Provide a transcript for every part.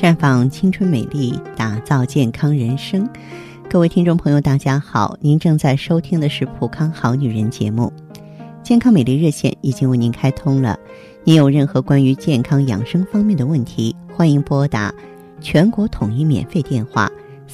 绽放青春美丽，打造健康人生。各位听众朋友大家好，您正在收听的是普康好女人节目。健康美丽热线已经为您开通了，您有任何关于健康养生方面的问题，欢迎拨打全国统一免费电话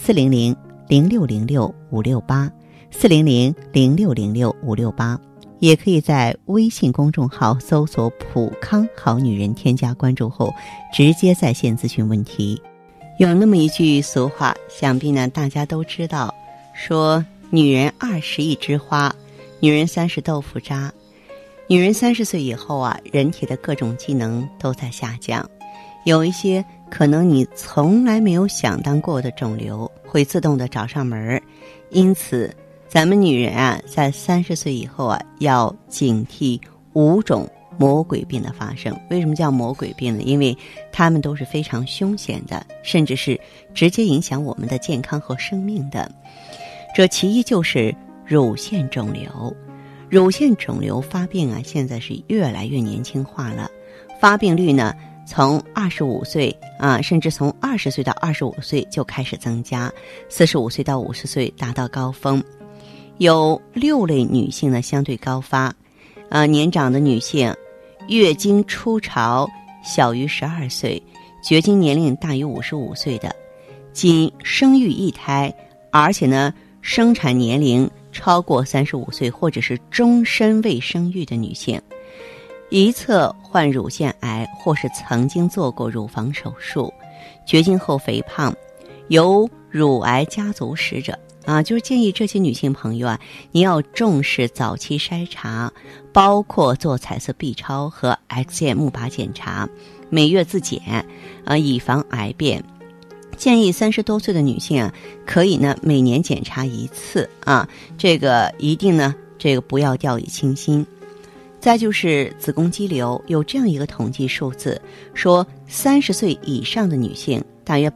400-0606-568，400-0606-568，也可以在微信公众号搜索普康好女人，添加关注后直接在线咨询问题。有那么一句俗话，想必呢大家都知道，说女人20一枝花，女人30豆腐渣。女人30岁以后啊，人体的各种机能都在下降，有一些可能你从来没有想当过的肿瘤会自动的找上门。因此咱们女人啊，在30岁以后啊，要警惕5种魔鬼病的发生。为什么叫魔鬼病呢？因为它们都是非常凶险的，甚至是直接影响我们的健康和生命的。这其一就是乳腺肿瘤。乳腺肿瘤发病啊，现在是越来越年轻化了，发病率呢从25岁啊，甚至从20岁到25岁就开始增加，45岁到50岁达到高峰。有6类女性呢相对高发，年长的女性，月经初潮小于12岁，绝经年龄大于55岁的，仅生育一胎，而且呢生产年龄超过35岁或者是终身未生育的女性，一侧患乳腺癌或是曾经做过乳房手术，绝经后肥胖，有乳癌家族史者就是建议这些女性朋友啊，你要重视早期筛查，包括做彩色 B 超和 X 线钼靶检查，每月自检以防癌变。建议30多岁的女性啊，可以呢每年检查1次这个一定呢不要掉以轻心。再就是子宫肌瘤，有这样一个统计数字，说30岁以上的女性大约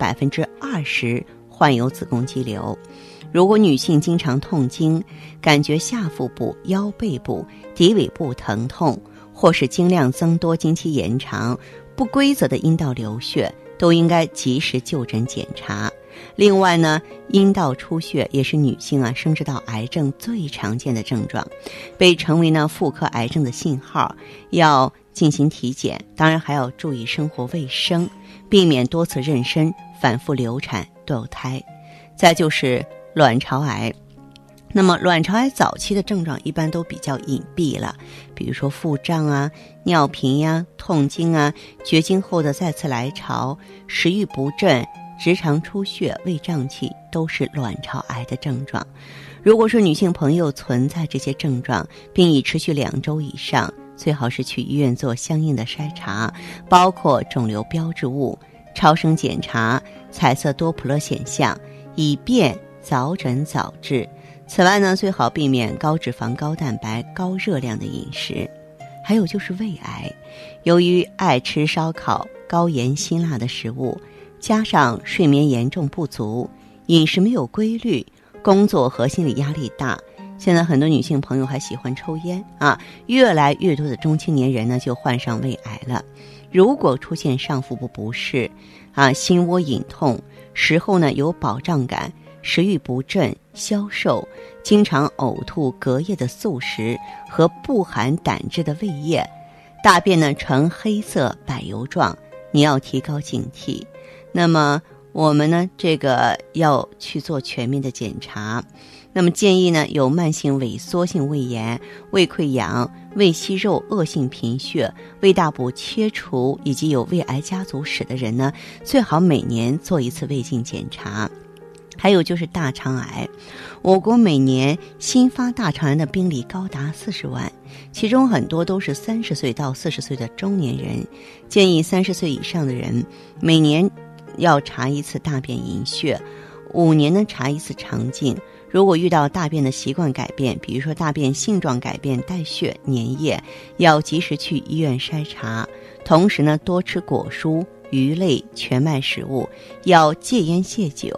20%患有子宫肌瘤。如果女性经常痛经，感觉下腹部、腰背部、骶尾部疼痛，或是经量增多、经期延长、不规则的阴道流血，都应该及时就诊检查。另外呢，阴道出血也是女性生殖道癌症最常见的症状，被称为呢妇科癌症的信号，要进行体检。当然还要注意生活卫生，避免多次妊娠、反复流产、堕胎。再就是卵巢癌。那么卵巢癌早期的症状一般都比较隐蔽了，比如说腹胀尿频痛经绝经后的再次来潮、食欲不振、直肠出血、胃胀气，都是卵巢癌的症状。如果说女性朋友存在这些症状，并已持续2周以上，最好是去医院做相应的筛查，包括肿瘤标志物、超声检查、彩色多普勒显像，以便早诊早治。此外呢，最好避免高脂肪、高蛋白、高热量的饮食。还有就是胃癌，由于爱吃烧烤、高盐辛辣的食物，加上睡眠严重不足，饮食没有规律，工作和心理压力大，现在很多女性朋友还喜欢抽烟越来越多的中青年人呢就患上胃癌了。如果出现上腹部不适心窝隐痛，食后呢有饱胀感、食欲不振、消瘦，经常呕吐隔夜的素食和不含胆汁的胃液，大便呢呈黑色柏油状，你要提高警惕。那么我们呢要去做全面的检查。那么建议呢有慢性萎缩性胃炎、胃溃疡、胃息肉、恶性贫血、胃大部切除以及有胃癌家族史的人呢，最好每年做1次胃镜检查。还有就是大肠癌，我国每年新发大肠癌的病例高达40万，其中很多都是30岁到40岁的中年人。建议30岁以上的人每年要查1次大便隐血，5年呢查1次肠镜。如果遇到大便的习惯改变，比如说大便性状改变、带血、粘液，要及时去医院筛查。同时呢，多吃果蔬、鱼类、全麦食物，要戒烟戒酒，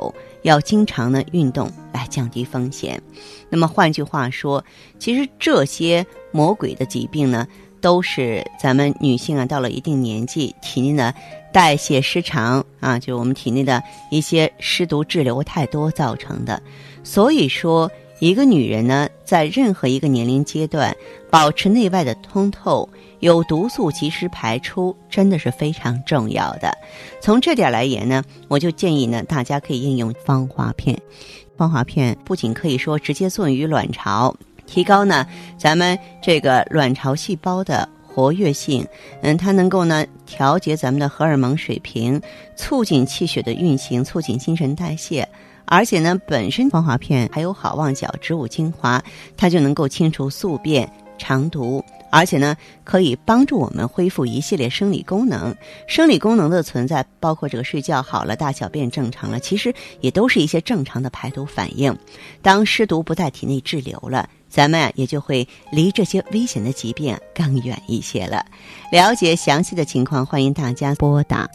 要经常呢运动来降低风险。那么换句话说，其实这些魔鬼的疾病呢，都是咱们女性啊到了一定年纪，体内的代谢失常啊，就是我们体内的一些湿毒滞留太多造成的。所以说，一个女人呢，在任何一个年龄阶段，保持内外的通透，有毒素及时排出，真的是非常重要的。从这点来言呢，我就建议呢，大家可以应用芳华片。芳华片不仅可以说直接作用于卵巢，提高呢咱们这个卵巢细胞的活跃性，它能够呢调节咱们的荷尔蒙水平，促进气血的运行，促进新陈代谢。而且呢，本身芳华片还有好望角植物精华，它就能够清除宿便、肠毒，而且呢，可以帮助我们恢复一系列生理功能。生理功能的存在，包括这个睡觉好了、大小便正常了，其实也都是一些正常的排毒反应。当湿毒不在体内滞留了，咱们也就会离这些危险的疾病更远一些了。了解详细的情况，欢迎大家拨打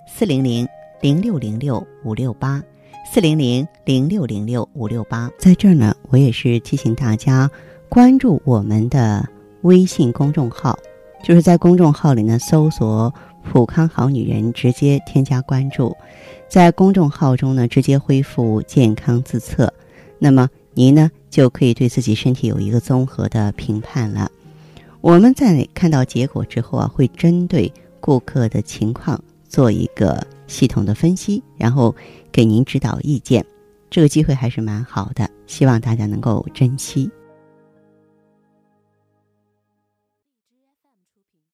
400-0606-568。400-0606-568。在这儿呢，我也是提醒大家关注我们的微信公众号，就是在公众号里呢搜索普康好女人，直接添加关注，在公众号中呢直接恢复健康自测，那么您呢就可以对自己身体有一个综合的评判了。我们在看到结果之后啊，会针对顾客的情况做一个系统的分析，然后给您指导意见。这个机会还是蛮好的，希望大家能够珍惜。